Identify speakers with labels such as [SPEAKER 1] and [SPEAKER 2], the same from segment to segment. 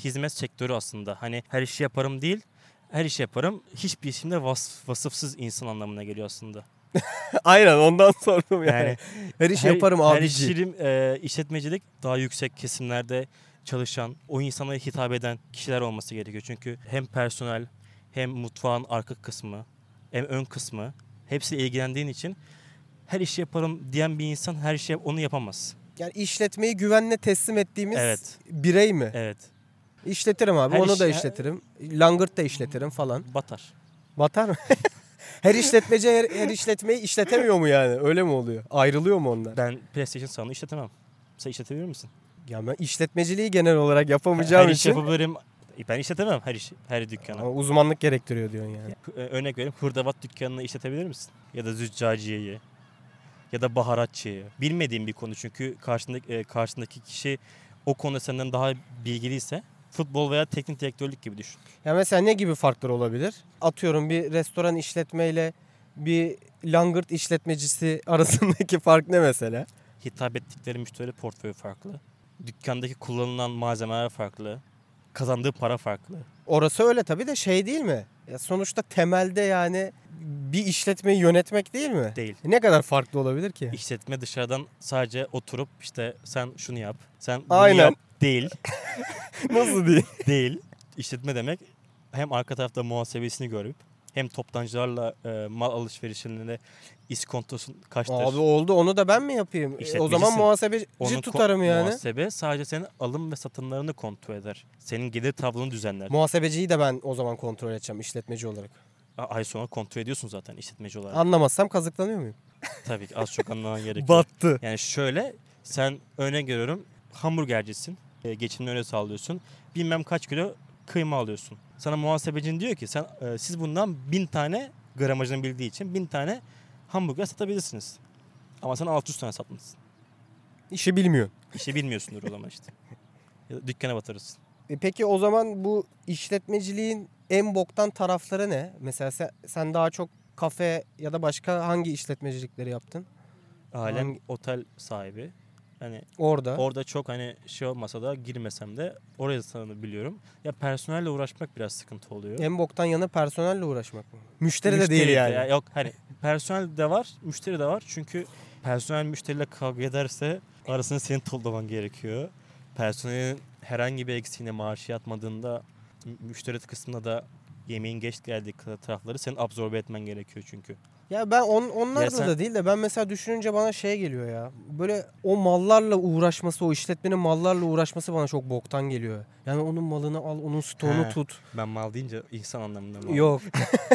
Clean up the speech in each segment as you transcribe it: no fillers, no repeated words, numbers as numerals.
[SPEAKER 1] hizmet sektörü aslında. Hani her işi yaparım değil, her işi yaparım. Hiçbir işimde vasıfsız insan anlamına geliyor aslında.
[SPEAKER 2] Aynen ondan sordum yani.
[SPEAKER 1] Yani
[SPEAKER 2] Her işi yaparım
[SPEAKER 1] her
[SPEAKER 2] abici.
[SPEAKER 1] işletmecilik daha yüksek kesimlerde çalışan, o insana hitap eden kişiler olması gerekiyor. Çünkü hem personel, hem mutfağın arka kısmı, hem ön kısmı hepsiyle ilgilendiğin için her işi yaparım diyen bir insan her şeyi onu yapamaz.
[SPEAKER 2] Yani işletmeyi güvenle teslim ettiğimiz
[SPEAKER 1] Evet.
[SPEAKER 2] birey mi?
[SPEAKER 1] Evet.
[SPEAKER 2] İşletirim abi.
[SPEAKER 1] Her
[SPEAKER 2] Onu
[SPEAKER 1] iş-
[SPEAKER 2] da işletirim. Langırt da işletirim falan.
[SPEAKER 1] Batar.
[SPEAKER 2] Batar mı? Her işletmeci her işletmeyi işletemiyor mu yani? Öyle mi oluyor? Ayrılıyor mu onlar?
[SPEAKER 1] Ben PlayStation salonu işletemem. Sen işletebilir misin?
[SPEAKER 2] Ya ben işletmeciliği genel olarak yapamayacağım
[SPEAKER 1] Her işi
[SPEAKER 2] için
[SPEAKER 1] yapabilirim. Ben işletemem her dükkanı.
[SPEAKER 2] ama uzmanlık gerektiriyor diyorsun yani.
[SPEAKER 1] Örnek vereyim, hurdavat dükkanını işletebilir misin? Ya da züccaciyeyi. Ya da baharatçıyı. Bilmediğim bir konu çünkü karşındaki kişi o konuda senden daha bilgiliyse futbol veya teknik direktörlük gibi düşün.
[SPEAKER 2] Ya mesela ne gibi farklar olabilir? Atıyorum bir restoran işletmeyle bir langırt işletmecisi arasındaki fark ne mesela?
[SPEAKER 1] Hitap ettikleri müşteri portföyü farklı. Dükkandaki kullanılan malzemeler farklı. Kazandığı para farklı.
[SPEAKER 2] Orası öyle tabii de şey değil mi? Ya sonuçta temelde yani bir işletmeyi yönetmek değil mi?
[SPEAKER 1] Değil.
[SPEAKER 2] Ne kadar farklı olabilir ki?
[SPEAKER 1] İşletme dışarıdan sadece oturup işte sen şunu yap, sen bunu
[SPEAKER 2] Aynen.
[SPEAKER 1] yap değil.
[SPEAKER 2] Nasıl değil?
[SPEAKER 1] Değil. İşletme demek hem arka tarafta muhasebesini görüp hem toptancılarla mal alışverişinde iskontosun kaçtır.
[SPEAKER 2] Abi oldu onu da ben mi yapayım? O zaman
[SPEAKER 1] İşletmecisin.
[SPEAKER 2] muhasebeci tutarım yani.
[SPEAKER 1] Muhasebe sadece senin alım ve satımlarını kontrol eder. Senin gelir tablonu düzenler.
[SPEAKER 2] Muhasebeciyi de ben o zaman kontrol edeceğim işletmeci olarak.
[SPEAKER 1] Ay sonra kontrol ediyorsun zaten işletmeci olarak.
[SPEAKER 2] Anlamazsam kazıklanıyor muyum?
[SPEAKER 1] Tabii ki az çok anlaman gerekiyor.
[SPEAKER 2] Battı.
[SPEAKER 1] Yani şöyle, sen örnek görüyorum, hamburgercisin. Geçimini öyle sağlıyorsun. Bilmem kaç kilo kıyma alıyorsun. Sana muhasebecin diyor ki siz bundan 1000 tane gramajını bildiği için 1000 tane hamburger satabilirsiniz. Ama sen 600 tane satmışsın.
[SPEAKER 2] İşi bilmiyor.
[SPEAKER 1] İşi bilmiyorsundur o zaman işte. Ya da dükkana batırırsın.
[SPEAKER 2] Peki o zaman bu işletmeciliğin en boktan tarafları ne? Mesela sen daha çok kafe ya da başka hangi işletmecilikleri yaptın?
[SPEAKER 1] Alem otel sahibi. Hani
[SPEAKER 2] Orada.
[SPEAKER 1] orada çok hani şey olmasa da girmesem de oraya sanırım biliyorum. Ya personelle uğraşmak biraz sıkıntı oluyor.
[SPEAKER 2] En boktan yanı personelle uğraşmak mı? Müşteri de değil yani.
[SPEAKER 1] Yok hani personel de var, müşteri de var. Çünkü personel müşteriyle kavga ederse arasını senin toplaman gerekiyor. Personelin herhangi bir eksiğine maaşı yatmadığında müşteri kısmında da yemeğin geç geldiği tarafları senin absorbe etmen gerekiyor çünkü.
[SPEAKER 2] Ya ben onlarda da değil de ben mesela düşününce bana şey geliyor ya. Böyle o mallarla uğraşması, o işletmenin mallarla uğraşması bana çok boktan geliyor. Yani onun malını al, onun stoğunu tut.
[SPEAKER 1] Ben mal deyince insan anlamında mı?
[SPEAKER 2] Yok.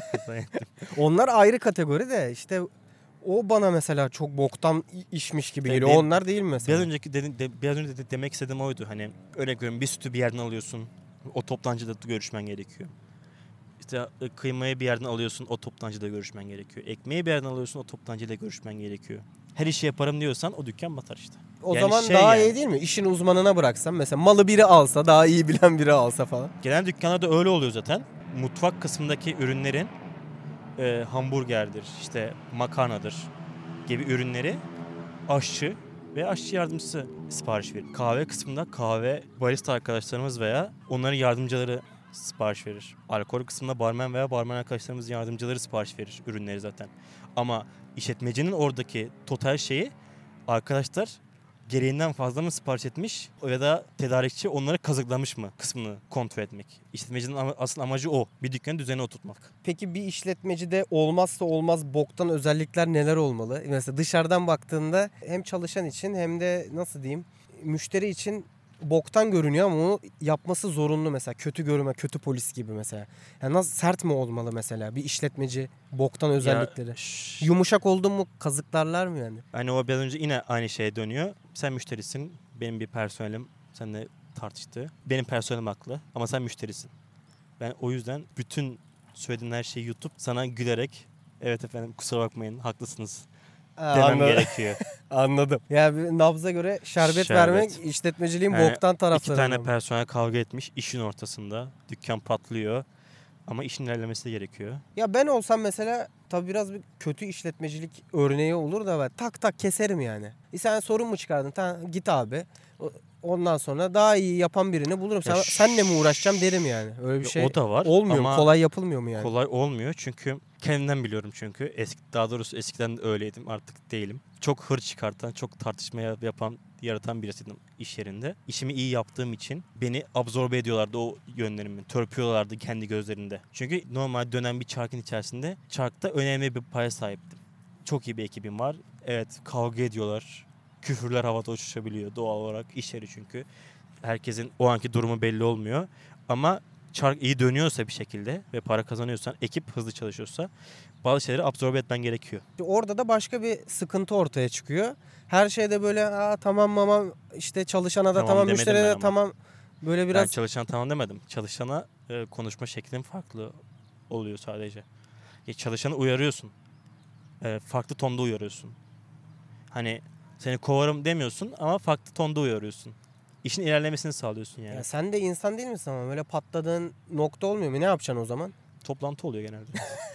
[SPEAKER 2] Onlar ayrı kategori de işte o bana mesela çok boktan işmiş gibi geliyor. Onlar değil mi mesela?
[SPEAKER 1] Biraz önce demek istediğim oydu. Hani örnek veriyorum, bir sütü bir yerden alıyorsun. O toptancıda görüşmen gerekiyor. İşte kıymayı bir yerden alıyorsun, o toptancıda görüşmen gerekiyor. Ekmeği bir yerden alıyorsun, o toptancıyla görüşmen gerekiyor. Her işi yaparım diyorsan o dükkan batar işte.
[SPEAKER 2] O
[SPEAKER 1] Yani
[SPEAKER 2] zaman daha iyi değil mi? İşin uzmanına bıraksam mesela malı biri alsa, daha iyi bilen biri alsa falan.
[SPEAKER 1] Genel dükkanlarda öyle oluyor zaten. Mutfak kısmındaki ürünlerin hamburgerdir, işte makarnadır gibi ürünleri aşçı ve aşçı yardımcısı sipariş verir. Kahve kısmında kahve barista arkadaşlarımız veya onların yardımcıları sipariş verir. Alkol kısmında barmen veya barmen arkadaşlarımızın yardımcıları sipariş verir ürünleri zaten. Ama işletmecinin oradaki total şeyi arkadaşlar gereğinden fazla mı sipariş etmiş ya da tedarikçi onları kazıklamış mı kısmını kontrol etmek. İşletmecinin asıl amacı o. Bir dükkanı düzene oturtmak.
[SPEAKER 2] Peki bir işletmecide olmazsa olmaz boktan özellikler neler olmalı? Mesela dışarıdan baktığında hem çalışan için hem de nasıl diyeyim müşteri için boktan görünüyor ama onu yapması zorunlu mesela. Kötü görünme, kötü polis gibi mesela. Yani nasıl sert mi olmalı mesela bir işletmeci boktan özellikleri? Yumuşak oldu mu kazıklarlar mı yani?
[SPEAKER 1] Hani o biraz önce yine aynı şeye dönüyor. Sen müşterisin, benim bir personelim seninle tartıştı. Benim personelim haklı ama sen müşterisin. Ben o yüzden bütün söylediğin her şeyi yutup sana gülerek evet efendim kusura bakmayın haklısınız demem gerekiyor.
[SPEAKER 2] Anladım. Yani nabza göre şerbet vermek işletmeciliğin
[SPEAKER 1] yani
[SPEAKER 2] boktan taraflarından.
[SPEAKER 1] İki tane personel kavga etmiş işin ortasında. Dükkan patlıyor ama işin ilerlemesi gerekiyor.
[SPEAKER 2] Ya ben olsam mesela tabii biraz bir kötü işletmecilik örneği olur da ben tak tak keserim yani. Sen sorun mu çıkardın? Tamam git abi. ondan sonra daha iyi yapan birini bulurum.
[SPEAKER 1] Ya
[SPEAKER 2] Senle mi uğraşacağım derim yani. Öyle bir şey
[SPEAKER 1] o da var
[SPEAKER 2] olmuyor mu?
[SPEAKER 1] ama
[SPEAKER 2] Kolay yapılmıyor mu yani?
[SPEAKER 1] kolay olmuyor çünkü kendimden biliyorum çünkü. Daha doğrusu eskiden de öyleydim, artık değilim. Çok hır çıkartan, çok tartışma yaratan birisiydim iş yerinde. İşimi iyi yaptığım için beni absorbe ediyorlardı o yönlerimi. Törpüyorlardı kendi gözlerinde. Çünkü normal dönen bir çarkın içerisinde çarkta önemli bir paya sahiptim. Çok iyi bir ekibim var. Evet, kavga ediyorlar. Küfürler havada uçuşabiliyor doğal olarak, iş yeri çünkü. Herkesin o anki durumu belli olmuyor. Ama çark iyi dönüyorsa bir şekilde ve para kazanıyorsan, ekip hızlı çalışıyorsa bazı şeyleri absorbe etmen gerekiyor.
[SPEAKER 2] Orada da başka bir sıkıntı ortaya çıkıyor. Her şeyde böyle tamam işte çalışana da tamam
[SPEAKER 1] demedim
[SPEAKER 2] müşteriye
[SPEAKER 1] ben
[SPEAKER 2] de
[SPEAKER 1] ama.
[SPEAKER 2] tamam böyle
[SPEAKER 1] Ben
[SPEAKER 2] biraz
[SPEAKER 1] çalışana tamam demedim. Çalışana konuşma şeklin farklı oluyor sadece. Çalışanı uyarıyorsun. Farklı tonda uyarıyorsun. Hani seni kovarım demiyorsun ama farklı tonda uyarıyorsun. İşin ilerlemesini sağlıyorsun yani.
[SPEAKER 2] ya sen de insan değil misin ama böyle patladığın nokta olmuyor mu? Ne yapacaksın o zaman?
[SPEAKER 1] Toplantı oluyor genelde.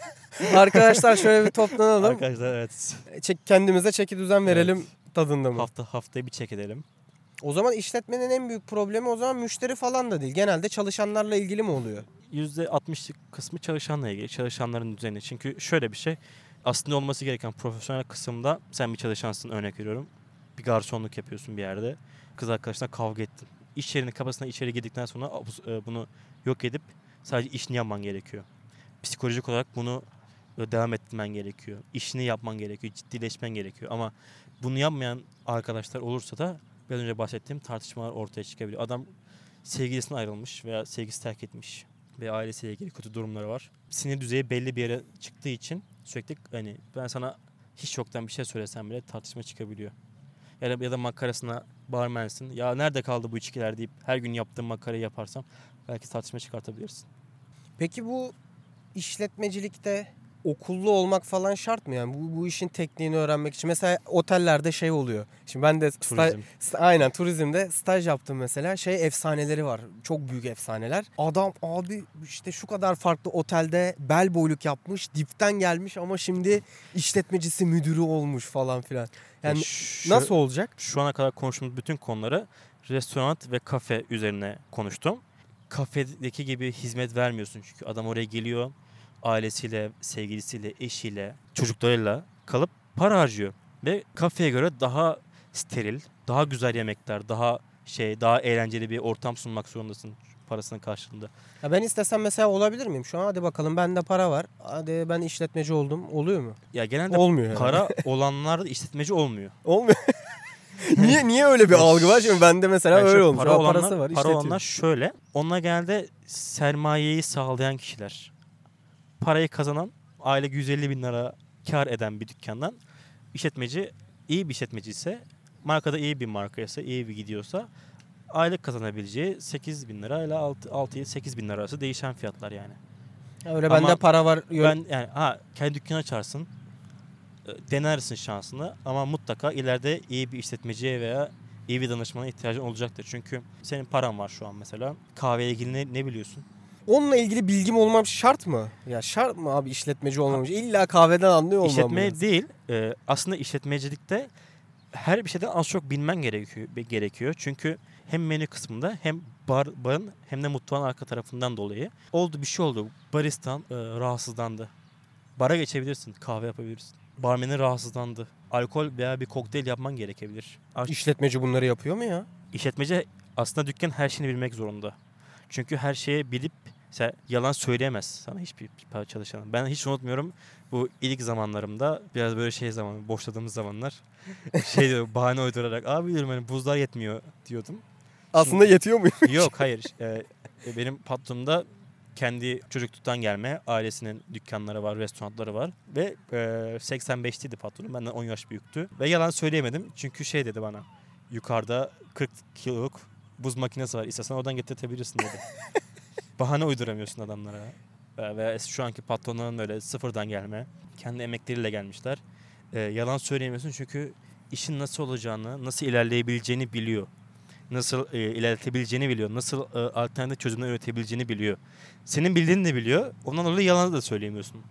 [SPEAKER 2] Arkadaşlar şöyle bir toplanalım.
[SPEAKER 1] Arkadaşlar evet.
[SPEAKER 2] Kendimize çeki düzen verelim tadında mı?
[SPEAKER 1] Haftaya bir çek edelim.
[SPEAKER 2] O zaman işletmenin en büyük problemi o zaman müşteri falan da değil. Genelde çalışanlarla ilgili mi oluyor?
[SPEAKER 1] %60'lık kısmı çalışanla ilgili. Çalışanların düzeni. Çünkü şöyle bir şey. Aslında olması gereken profesyonel kısımda sen bir çalışansın, örnek veriyorum. Bir garsonluk yapıyorsun bir yerde. Kız arkadaşına kavga ettin. İş yerinin kapısına içeri girdikten sonra bunu yok edip sadece işini yapman gerekiyor. Psikolojik olarak bunu devam ettirmen gerekiyor. İşini yapman gerekiyor. Ciddileşmen gerekiyor. Ama bunu yapmayan arkadaşlar olursa da biraz önce bahsettiğim tartışmalar ortaya çıkabiliyor. Adam sevgilisine ayrılmış veya sevgisi terk etmiş ve ailesiyle ilgili kötü durumları var. Sinir düzeyi belli bir yere çıktığı için sürekli hani ben sana hiç yoktan bir şey söylesem bile tartışma çıkabiliyor. Ya da makarasına barmensin. Ya nerede kaldı bu içkiler deyip her gün yaptığım makarayı yaparsam belki tartışma çıkartabilirsin.
[SPEAKER 2] Peki bu işletmecilikte okullu olmak falan şart mı yani bu işin tekniğini öğrenmek için? Mesela otellerde şey oluyor. Şimdi ben de aynen turizmde staj yaptım mesela. Efsaneleri var. Çok büyük efsaneler. Adam abi işte şu kadar farklı otelde bel boyluk yapmış, dipten gelmiş ama şimdi işletmecisi müdürü olmuş falan filan. Yani nasıl olacak?
[SPEAKER 1] Şu ana kadar konuştuğumuz bütün konuları restoran ve kafe üzerine konuştum. Kafedeki gibi hizmet vermiyorsun çünkü adam oraya geliyor, ailesiyle, sevgilisiyle, eşiyle, çocuklarıyla kalıp para harcıyor. Ve kafeye göre daha steril, daha güzel yemekler, daha eğlenceli bir ortam sunmak zorundasın parasının karşılığında.
[SPEAKER 2] Ya ben istesem mesela olabilir miyim? Şu an hadi bakalım bende para var. Hadi ben işletmeci oldum. Oluyor mu?
[SPEAKER 1] Ya genelde
[SPEAKER 2] olmuyor
[SPEAKER 1] para
[SPEAKER 2] herhalde.
[SPEAKER 1] olanlar da işletmeci olmuyor.
[SPEAKER 2] Olmuyor. Niye öyle bir algı var? Şimdi bende mesela
[SPEAKER 1] Yani
[SPEAKER 2] öyle olmuş.
[SPEAKER 1] Parası var.
[SPEAKER 2] işletiyor.
[SPEAKER 1] Olanlar şöyle. Onlar genelde sermayeyi sağlayan kişiler. Parayı kazanan, aile 150 bin lira kar eden bir dükkandan işletmeci, iyi bir işletmeci ise, markada iyi bir markaysa, iyi bir gidiyorsa aylık kazanabileceği 8 bin lira ile 6-8 bin lira arası değişen fiyatlar yani.
[SPEAKER 2] Öyle bende para var.
[SPEAKER 1] Kendi dükkanı açarsın, denersin şansını ama mutlaka ileride iyi bir işletmeciye veya iyi bir danışmana ihtiyacın olacaktır. Çünkü senin paran var şu an mesela. Kahveyle ilgili ne biliyorsun?
[SPEAKER 2] Onunla ilgili bilgim olmam şart mı? Ya şart mı abi işletmeci olmam? İlla kahveden anlıyor olmam
[SPEAKER 1] İşletme
[SPEAKER 2] lazım.
[SPEAKER 1] değil. Aslında işletmecilikte her bir şeyden az çok bilmen gerekiyor. Çünkü hem menü kısmında hem barın hem de mutfağın arka tarafından dolayı bir şey oldu. Baristan rahatsızlandı. Bara geçebilirsin, kahve yapabilirsin. Barmenin rahatsızlandı. Alkol veya bir kokteyl yapman gerekebilir.
[SPEAKER 2] İşletmeci bunları yapıyor mu ya?
[SPEAKER 1] İşletmeci aslında dükkan her şeyini bilmek zorunda. Çünkü her şeyi bilip yalan söyleyemez sana hiçbir çalışan. Ben hiç unutmuyorum bu ilk zamanlarımda biraz böyle boşladığımız zamanlar bahane uydurarak abi diyorum hani buzlar yetmiyor diyordum.
[SPEAKER 2] Aslında yetiyor mu?
[SPEAKER 1] Yok hayır. Benim patronum da kendi çocukluktan gelme ailesinin dükkanları var, restoranları var ve 85'tiydi patronum. Benden 10 yaş büyüktü ve yalan söyleyemedim çünkü dedi bana yukarıda 40 kiloluk buz makinesi var, İstersen oradan getirtebilirsin dedi. Bahane uyduramıyorsun adamlara. Ve şu anki patronların öyle sıfırdan gelme, kendi emekleriyle gelmişler. Yalan söyleyemiyorsun çünkü işin nasıl olacağını, nasıl ilerleyebileceğini biliyor. Nasıl ilerletebileceğini biliyor. Nasıl alternatif çözümler üretebileceğini biliyor. Senin bildiğini de biliyor. Ondan dolayı yalan da söyleyemiyorsun.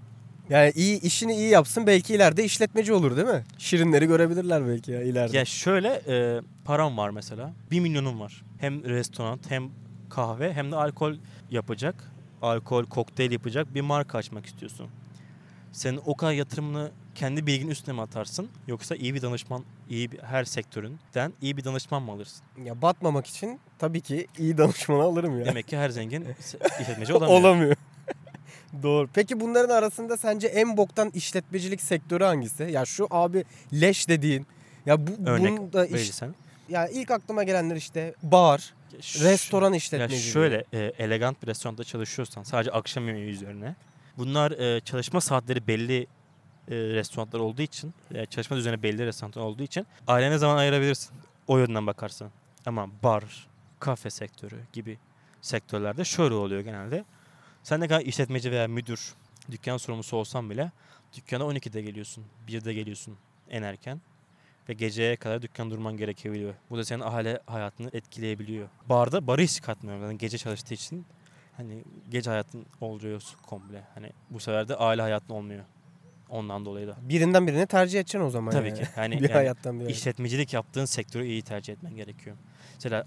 [SPEAKER 2] Yani işini iyi yapsın, belki ileride işletmeci olur değil mi? Şirinleri görebilirler belki ya ileride.
[SPEAKER 1] Ya şöyle param var mesela. 1 milyonum var. Hem restoran hem kahve hem de alkol yapacak. Alkol, kokteyl yapacak bir marka açmak istiyorsun. Senin o kadar yatırımını kendi bilginin üstüne mi atarsın? Yoksa iyi bir danışman, her sektöründen iyi bir danışman mı alırsın?
[SPEAKER 2] Ya batmamak için tabii ki iyi danışmanı alırım ya.
[SPEAKER 1] Demek ki her zengin işletmeci olamıyor.
[SPEAKER 2] Olamıyor. Doğru. Peki bunların arasında sence en boktan işletmecilik sektörü hangisi? Ya şu abi leş dediğin. Ya
[SPEAKER 1] Örnek
[SPEAKER 2] bunun da
[SPEAKER 1] verirsen.
[SPEAKER 2] ya ilk aklıma gelenler işte bar, restoran
[SPEAKER 1] Ya
[SPEAKER 2] işletmeciliği.
[SPEAKER 1] şöyle elegant bir restoranda çalışıyorsan sadece akşam yemeği üzerine. Bunlar çalışma saatleri belli restoranlar olduğu için, çalışma düzeni belli restoranlar olduğu için ailene zaman ayırabilirsin. O yönden bakarsan. Ama bar, kafe sektörü gibi sektörlerde şöyle oluyor genelde. Sen ne kadar işletmeci veya müdür, dükkan sorumlusu olsan bile dükkana 12'de geliyorsun, 1'de geliyorsun en erken. Ve geceye kadar dükkan durman gerekebiliyor. Bu da senin aile hayatını etkileyebiliyor. Barı hiç katmıyorum. Yani gece çalıştığı için hani gece hayatın oluyor komple. Hani bu sefer de aile hayatın olmuyor. Ondan dolayı da.
[SPEAKER 2] Birinden birine tercih edeceksin o zaman.
[SPEAKER 1] Tabii
[SPEAKER 2] yani.
[SPEAKER 1] ki. Yani,
[SPEAKER 2] bir hayattan bir
[SPEAKER 1] işletmecilik yaptığın sektörü iyi tercih etmen gerekiyor. Mesela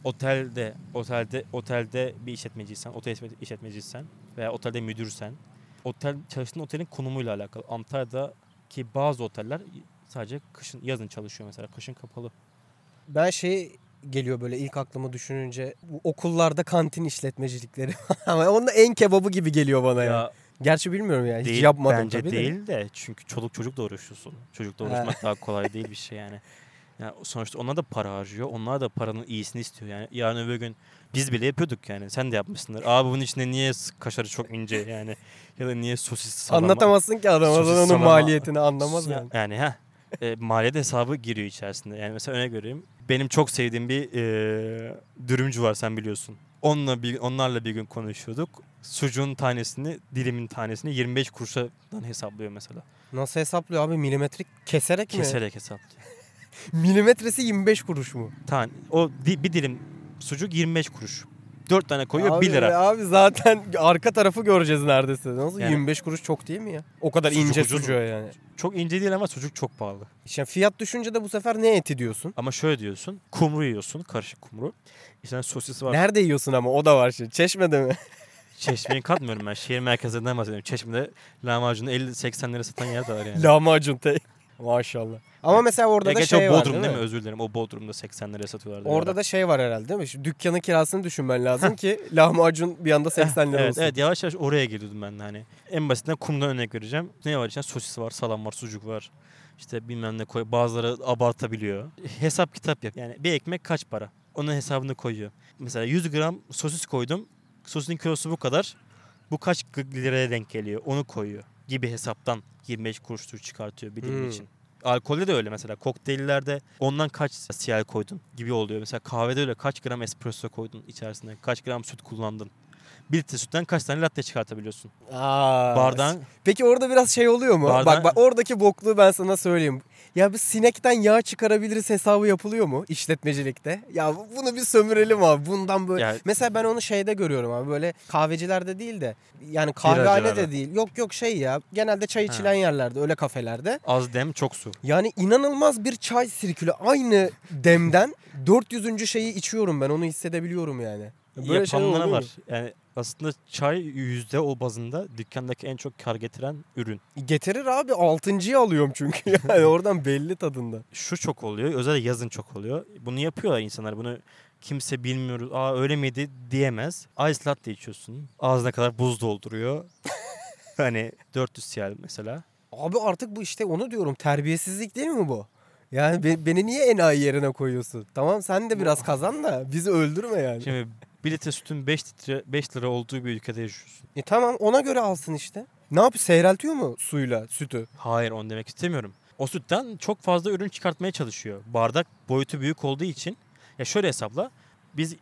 [SPEAKER 1] otelde bir işletmeciysen, otel işletmeciysen veya otelde müdürsen, çalıştığın otelin konumuyla alakalı. Antalya'daki bazı oteller sadece yazın çalışıyor mesela. Kışın kapalı.
[SPEAKER 2] Ben geliyor böyle ilk aklıma düşününce, bu okullarda kantin işletmecilikleri. Ama onun da en kebabı gibi geliyor bana ya. Gerçi bilmiyorum yani. Hiç yapmadım
[SPEAKER 1] bence
[SPEAKER 2] tabii
[SPEAKER 1] değil de. Çünkü çoluk çocukla uğraşıyorsun. Çocukla uğraşmak daha kolay değil bir şey yani. Yani sonuçta onlar da para harcıyor. Onlar da paranın iyisini istiyor. Yani yarın öbür gün biz bile yapıyorduk yani. Sen de yapmışsındır. Abi bunun içinde niye kaşarı çok ince yani. Ya da niye sosis salama.
[SPEAKER 2] Anlatamazsın ki adama onun
[SPEAKER 1] salama,
[SPEAKER 2] maliyetini anlamaz yani.
[SPEAKER 1] Yani maliyet hesabı giriyor içerisinde. Yani mesela örnek vereyim. Benim çok sevdiğim bir dürümcü var, sen biliyorsun. Onlarla bir gün konuşuyorduk. Sucuğun tanesini, dilimin tanesini 25 kuruştan hesaplıyor mesela.
[SPEAKER 2] Nasıl hesaplıyor abi? Milimetrik keserek mi?
[SPEAKER 1] Keserek hesaplıyor.
[SPEAKER 2] Milimetresi 25 kuruş mu?
[SPEAKER 1] Bir dilim sucuk 25 kuruş. 4 tane koyuyor,
[SPEAKER 2] abi,
[SPEAKER 1] 1 lira.
[SPEAKER 2] Abi zaten arka tarafı göreceğiz neredeyse. Nasıl
[SPEAKER 1] Yani,
[SPEAKER 2] 25 kuruş çok değil mi ya? O kadar
[SPEAKER 1] sucuk
[SPEAKER 2] ince
[SPEAKER 1] ucuz
[SPEAKER 2] sucuğa yani.
[SPEAKER 1] Çok ince değil ama sucuk çok pahalı.
[SPEAKER 2] İşte fiyat düşünce de bu sefer ne eti diyorsun?
[SPEAKER 1] Ama şöyle diyorsun. Kumru yiyorsun. Karışık kumru. İçinde sosis var.
[SPEAKER 2] Nerede yiyorsun ama o da var şimdi. Çeşme'de mi?
[SPEAKER 1] Çeşme'yi katmıyorum ben. Şehir merkezinden bahsediyorum. Çeşme'de lahmacunu 50-80 lira satan yer de var yani.
[SPEAKER 2] Lahmacun tek. Maşallah. Ama mesela orada da
[SPEAKER 1] var
[SPEAKER 2] Bodrum
[SPEAKER 1] değil mi? Özür dilerim. O Bodrum'da 80 liraya satıyorlardı.
[SPEAKER 2] Orada da var herhalde değil mi? Şu dükkanın kirasını düşünmen lazım ki lahmacun bir anda 80 lira olsun.
[SPEAKER 1] Evet, yavaş yavaş oraya geliyordum ben de hani. En basitinden kumdan örnek vereceğim. Ne var içinde? Sosis var, salam var, sucuk var. İşte bilmem ne koy. Bazıları abartabiliyor. Hesap kitap yap. Yani bir ekmek kaç para? Onun hesabını koyuyor. Mesela 100 gram sosis koydum. Sosisin kilosu bu kadar. Bu kaç liraya denk geliyor? Onu koyuyor. Gibi hesaptan 25 kuruştur çıkartıyor bir dilim için. Alkolde de öyle mesela. Kokteyllerde ondan kaç siyah koydun gibi oluyor. Mesela kahvede öyle kaç gram espresso koydun içerisine. Kaç gram süt kullandın. Bir litre sütten kaç tane latte çıkartabiliyorsun. Bardağın.
[SPEAKER 2] Peki orada biraz oluyor mu? Bak oradaki bokluğu ben sana söyleyeyim. Ya bir sinekten yağ çıkarabiliriz hesabı yapılıyor mu işletmecilikte? Ya bunu bir sömürelim abi. Bundan böyle. Yani, mesela ben onu görüyorum abi. Böyle kahvecilerde değil de yani kahvehane de değil. Yok ya. Genelde çay içilen yerlerde, öyle kafelerde.
[SPEAKER 1] Az dem çok su.
[SPEAKER 2] Yani inanılmaz bir çay sirkülü. Aynı demden 400. şeyi içiyorum ben. Onu hissedebiliyorum yani.
[SPEAKER 1] Böyle yapanlara var. Yani aslında çay yüzde o bazında dükkandaki en çok kar getiren ürün.
[SPEAKER 2] Getirir abi. 6.'yı alıyorum çünkü. Yani oradan belli tadında.
[SPEAKER 1] Şu çok oluyor. Özellikle yazın çok oluyor. Bunu yapıyorlar insanlar. Bunu kimse bilmiyoruz. Öyle miydi diyemez. Ice latte içiyorsun. Ağzına kadar buz dolduruyor. Hani 400 cl mesela.
[SPEAKER 2] Abi artık bu işte onu diyorum. Terbiyesizlik değil mi bu? Yani beni niye enayi yerine koyuyorsun? Tamam sen de biraz kazan da bizi öldürme yani.
[SPEAKER 1] Şimdi 1 litre sütün 5 lira olduğu bir ülkede yaşıyorsun.
[SPEAKER 2] Tamam ona göre alsın işte. Ne yapıyor? Seyreltiyor mu suyla sütü?
[SPEAKER 1] Hayır, onu demek istemiyorum. O sütten çok fazla ürün çıkartmaya çalışıyor. Bardak boyutu büyük olduğu için. Ya şöyle hesapla. Biz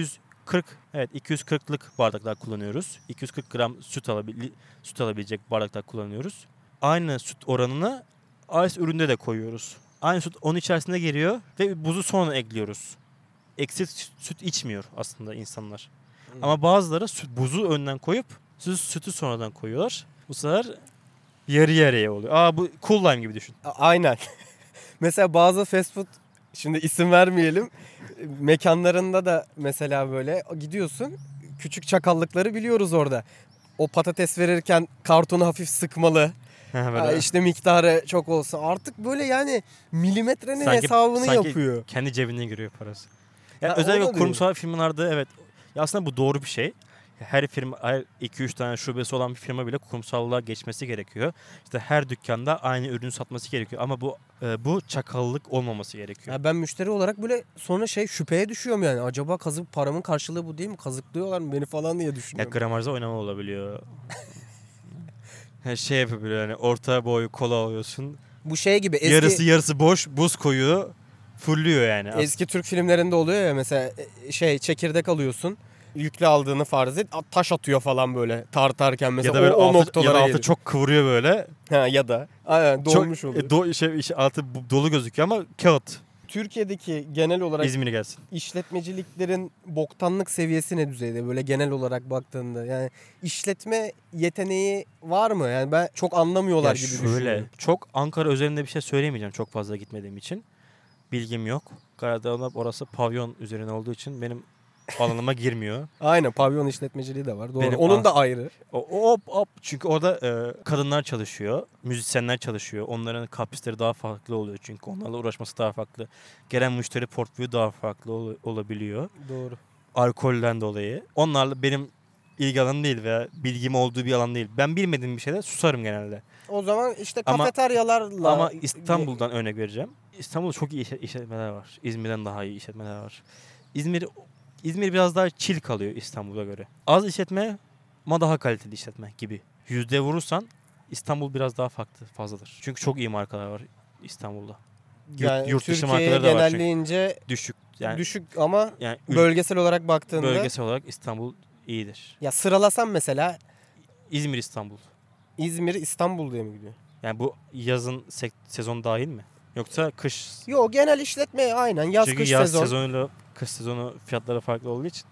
[SPEAKER 1] 240'lık bardaklar kullanıyoruz. 240 gram süt alabilecek bardaklar kullanıyoruz. Aynı süt oranını ice üründe de koyuyoruz. Aynı süt onun içerisine geliyor ve buzu sonra ekliyoruz. Eksik süt içmiyor aslında insanlar. Ama bazıları buzu önden koyup sütü sonradan koyuyorlar. Bu sefer Yarı yarıya oluyor. Bu Cool Lime gibi düşün.
[SPEAKER 2] Aynen. Mesela bazı fast food, şimdi isim vermeyelim, mekanlarında da mesela böyle gidiyorsun, küçük çakallıkları biliyoruz orada. O patates verirken kartonu hafif sıkmalı. İşte miktarı çok olsa. Artık böyle yani milimetrenin hesabını yapıyor.
[SPEAKER 1] Kendi cebinden giriyor parası. Yani özellikle kurumsal firmalarda evet. Ya aslında bu doğru bir şey. Her firma, her 2-3 tane şubesi olan bir firma bile kurumsallığa geçmesi gerekiyor. İşte her dükkanda aynı ürünü satması gerekiyor. Ama bu çakallık olmaması gerekiyor.
[SPEAKER 2] Ya ben müşteri olarak böyle sonra şüpheye düşüyorum yani. Acaba paramın karşılığı bu değil mi? Kazıklıyorlar mı beni falan diye düşünüyorum.
[SPEAKER 1] Ya gramajda oynama olabiliyor. Şey yapabiliyor yani orta boy kola alıyorsun.
[SPEAKER 2] Bu gibi
[SPEAKER 1] yarısı boş, buz koyuyor. Fulluyor yani.
[SPEAKER 2] Eski Türk filmlerinde oluyor ya mesela çekirdek alıyorsun. Yüklü aldığını farz et. Taş atıyor falan böyle tartarken mesela. Ya da böyle o noktalara
[SPEAKER 1] altı çok kıvırıyor böyle.
[SPEAKER 2] Ya da aynen dolmuş oluyor.
[SPEAKER 1] Altı dolu gözüküyor ama kağıt.
[SPEAKER 2] Türkiye'deki genel olarak
[SPEAKER 1] İzmir'e gelsin.
[SPEAKER 2] İşletmeciliklerin boktanlık seviyesi ne düzeyde böyle genel olarak baktığında? Yani işletme yeteneği var mı? Yani ben çok anlamıyorlar gibi düşünüyorum.
[SPEAKER 1] Çok Ankara özelinde bir şey söyleyemeyeceğim çok fazla gitmediğim için. Bilgim yok. Karadağ'da orası pavyon üzerine olduğu için benim alanıma girmiyor.
[SPEAKER 2] Aynen, pavyon işletmeciliği de var. Doğru. Onun da ayrı.
[SPEAKER 1] Çünkü orada kadınlar çalışıyor, müzisyenler çalışıyor. Onların kapasiteleri daha farklı oluyor çünkü onlarla uğraşması daha farklı. Gelen müşteri portföyü daha farklı olabiliyor.
[SPEAKER 2] Doğru.
[SPEAKER 1] Alkolden dolayı. Onlarla benim ilgi alanım değil veya bilgim olduğu bir alan değil. Ben bilmediğim bir şeyde susarım genelde.
[SPEAKER 2] O zaman işte kafeteryalarla...
[SPEAKER 1] Ama İstanbul'dan örnek vereceğim. İstanbul'da çok iyi işletmeler var. İzmir'den daha iyi işletmeler var. İzmir biraz daha chill kalıyor İstanbul'a göre. Az işletme ama daha kaliteli işletme gibi. Yüzde vurursan İstanbul biraz daha fazladır. Çünkü çok iyi markalar var İstanbul'da.
[SPEAKER 2] Yani
[SPEAKER 1] yurt dışı
[SPEAKER 2] Türkiye
[SPEAKER 1] markaları da var
[SPEAKER 2] genelleyince
[SPEAKER 1] düşük.
[SPEAKER 2] Düşük ama yani bölgesel olarak baktığında...
[SPEAKER 1] Bölgesel olarak İstanbul iyidir.
[SPEAKER 2] Ya sıralasam mesela...
[SPEAKER 1] İzmir, İstanbul.
[SPEAKER 2] İzmir, İstanbul diye mi gidiyor?
[SPEAKER 1] Yani bu yazın sezon dahil mi? Yoksa kış?
[SPEAKER 2] Yok, genel işletme aynen yaz
[SPEAKER 1] çünkü
[SPEAKER 2] kış
[SPEAKER 1] yaz
[SPEAKER 2] sezon.
[SPEAKER 1] sezonuyla kış sezonu fiyatları farklı olduğu için.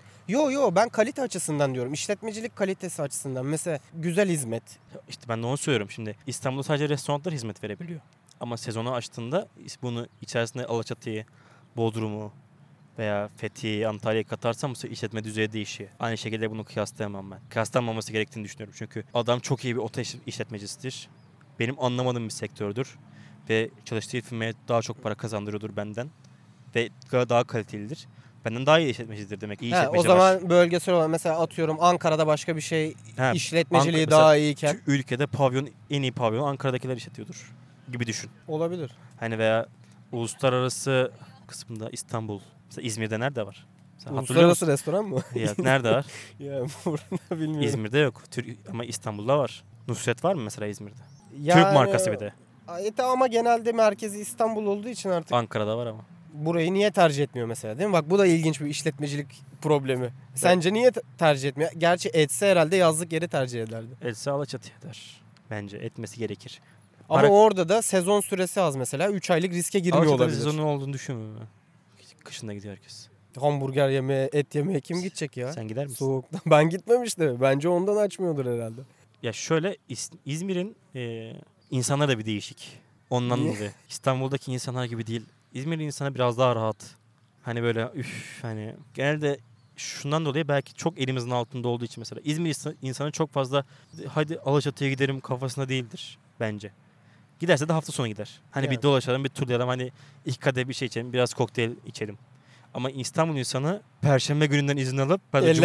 [SPEAKER 2] Yo ben kalite açısından diyorum. İşletmecilik kalitesi açısından. Mesela güzel hizmet.
[SPEAKER 1] İşte ben de onu söylüyorum şimdi. İstanbul'da sadece restoranlar hizmet verebiliyor. Ama sezonu açtığında bunu içerisinde Alaçatı'yı, Bodrum'u veya Fethiye'yi, Antalya'yı katarsam bu işletme düzeyi değişiyor. Aynı şekilde bunu kıyaslayamam ben. Kıyaslanmaması gerektiğini düşünüyorum. Çünkü adam çok iyi bir otel işletmecisidir. Benim anlamadığım bir sektördür. Ve çalıştığı firmaya daha çok para kazandırıyordur benden. Ve daha kalitelidir. Benden daha iyi işletmecidir demek. İyi işletmeci
[SPEAKER 2] o zaman bölgesel olarak mesela atıyorum Ankara'da başka bir şey işletmeciliği daha iyiken.
[SPEAKER 1] Ülkede en iyi pavyonu Ankara'dakiler işletiyordur gibi düşün.
[SPEAKER 2] Olabilir.
[SPEAKER 1] Hani veya uluslararası kısmında İstanbul. Mesela İzmir'de nerede var?
[SPEAKER 2] Uluslararası restoran mı?
[SPEAKER 1] Ya nerede var?
[SPEAKER 2] Ya burada bilmiyorum.
[SPEAKER 1] İzmir'de yok. Ama İstanbul'da var. Nusret var mı mesela İzmir'de? Yani, Türk markası bir de.
[SPEAKER 2] Ama genelde merkezi İstanbul olduğu için artık.
[SPEAKER 1] Ankara'da var ama.
[SPEAKER 2] Burayı niye tercih etmiyor mesela, değil mi? Bak bu da ilginç bir işletmecilik problemi. Sence niye tercih etmiyor? Gerçi etse herhalde yazlık yeri tercih ederdi.
[SPEAKER 1] Etse Alaçatı eder. Bence etmesi gerekir.
[SPEAKER 2] Ama orada da sezon süresi az mesela. 3 aylık riske girmiyor olabilir.
[SPEAKER 1] Alaçatı'da sezonu olduğunu düşünmüyorum ben. Kışında gidiyor herkes.
[SPEAKER 2] Hamburger yemeye, et yemeye kim gidecek ya?
[SPEAKER 1] Sen gider misin?
[SPEAKER 2] Soğukta. Ben gitmemiştim. Bence ondan açmıyordur herhalde.
[SPEAKER 1] Ya şöyle İzmir'in insanları da bir değişik. Ondan dolayı. İstanbul'daki insanlar gibi değil. İzmir'in insanı biraz daha rahat. Hani böyle hani genelde şundan dolayı belki çok elimizin altında olduğu için mesela İzmir insanı çok fazla hadi Alaçatı'ya giderim kafasında değildir bence. Giderse de hafta sonu gider. Hani bir dolaşalım, bir turlayalım, hani ilk kadeh bir şey içelim, biraz kokteyl içelim. Ama İstanbul insanı Perşembe gününden izin alıp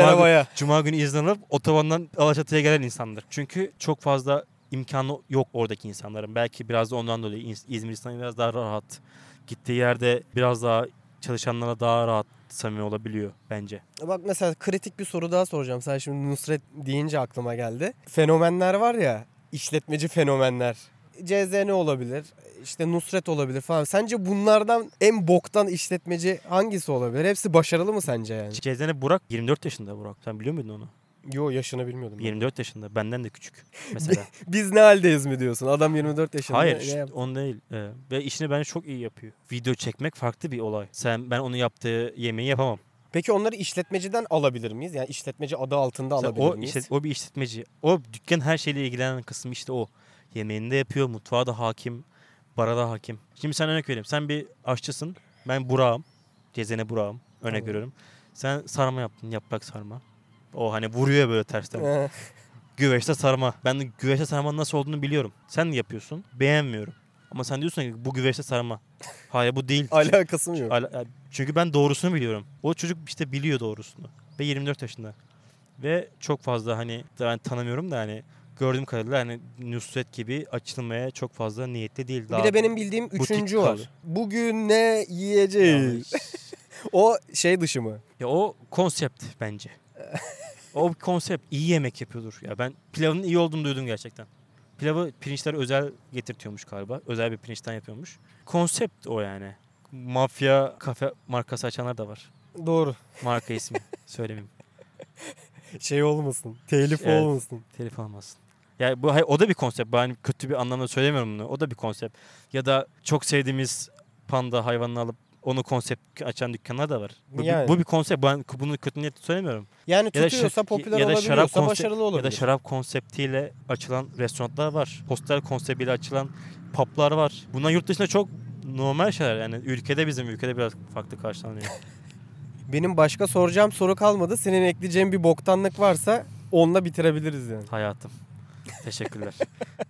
[SPEAKER 1] Cuma günü izin alıp otobandan Alaçatı'ya gelen insandır. Çünkü çok fazla imkanı yok oradaki insanların. Belki biraz da ondan dolayı İzmir insanı biraz daha rahat. Gittiği yerde biraz daha çalışanlara daha rahat samimi olabiliyor bence.
[SPEAKER 2] Bak mesela kritik bir soru daha soracağım. Sen şimdi Nusret deyince aklıma geldi. Fenomenler var ya, işletmeci fenomenler. CZN olabilir, işte Nusret olabilir falan. Sence bunlardan en boktan işletmeci hangisi olabilir? Hepsi başarılı mı sence yani?
[SPEAKER 1] CZN Burak 24 yaşında Burak. Sen biliyor muydun onu?
[SPEAKER 2] Yo, yaşını bilmiyordum.
[SPEAKER 1] 24 yaşında. Benden de küçük mesela.
[SPEAKER 2] Biz ne haldeyiz mi diyorsun? Adam 24 yaşında.
[SPEAKER 1] Hayır, on değil. Ve işini bence çok iyi yapıyor. Video çekmek farklı bir olay. Ben onun yaptığı yemeği yapamam.
[SPEAKER 2] Peki onları işletmeciden alabilir miyiz? Yani işletmeci adı altında alabilir miyiz?
[SPEAKER 1] O bir işletmeci. O dükkan her şeyle ilgilenen kısım işte o. Yemeğini de yapıyor. Mutfağa da hakim. Bara da hakim. Şimdi sen örnek vereyim. Sen bir aşçısın. Ben Burak'ım. Cezene Burak'ım. Örnek veriyorum. Sen sarma yaptın. Yaprak sarma. O hani vuruyor böyle tersten. Güveçte sarma. Ben de güveçte sarmanın nasıl olduğunu biliyorum. Sen yapıyorsun. Beğenmiyorum. Ama sen diyorsun ki bu güveçte sarma. Hayır bu değil.
[SPEAKER 2] Alakası mı yok?
[SPEAKER 1] Çünkü ben doğrusunu biliyorum. O çocuk işte biliyor doğrusunu. Ve 24 yaşında. Ve çok fazla hani ben tanımıyorum da hani gördüğüm kadarıyla hani Nusret gibi açılmaya çok fazla niyetli değil.
[SPEAKER 2] Bir de benim bildiğim üçüncü var.
[SPEAKER 1] kar.
[SPEAKER 2] Bugün ne yiyeceğiz? O şey dışı mı?
[SPEAKER 1] Ya o konsept bence. O konsept iyi yemek yapıyordur. Ya ben pilavın iyi olduğunu duydum gerçekten. Pilavı pirinçler özel getirtiyormuş galiba. Özel bir pirinçten yapıyormuş. Konsept o yani. Mafya kafe markası açanlar da var.
[SPEAKER 2] Doğru.
[SPEAKER 1] Marka ismi söylemeyeyim.
[SPEAKER 2] Şey olmasın. Telif
[SPEAKER 1] Evet.
[SPEAKER 2] olmasın.
[SPEAKER 1] Telif almasın. Yani bu o da bir konsept. Ben kötü bir anlamda söylemiyorum bunu. O da bir konsept. Ya da çok sevdiğimiz panda hayvanını alıp onu konsept açan dükkanlar da var.
[SPEAKER 2] Yani.
[SPEAKER 1] Bu bir konsept. Ben bunu kötü niyetle söylemiyorum.
[SPEAKER 2] Yani
[SPEAKER 1] Ya da
[SPEAKER 2] tutuyorsa popüler
[SPEAKER 1] ya da
[SPEAKER 2] olabiliyorsa başarılı olabilir.
[SPEAKER 1] Ya da şarap konseptiyle açılan restoranlar var. Hostel konseptiyle açılan publar var. Bunlar yurt dışında çok normal şeyler. Yani bizim ülkede biraz farklı karşılanıyor.
[SPEAKER 2] Benim başka soracağım soru kalmadı. Senin ekleyeceğin bir boktanlık varsa onunla bitirebiliriz yani.
[SPEAKER 1] Hayatım. Teşekkürler.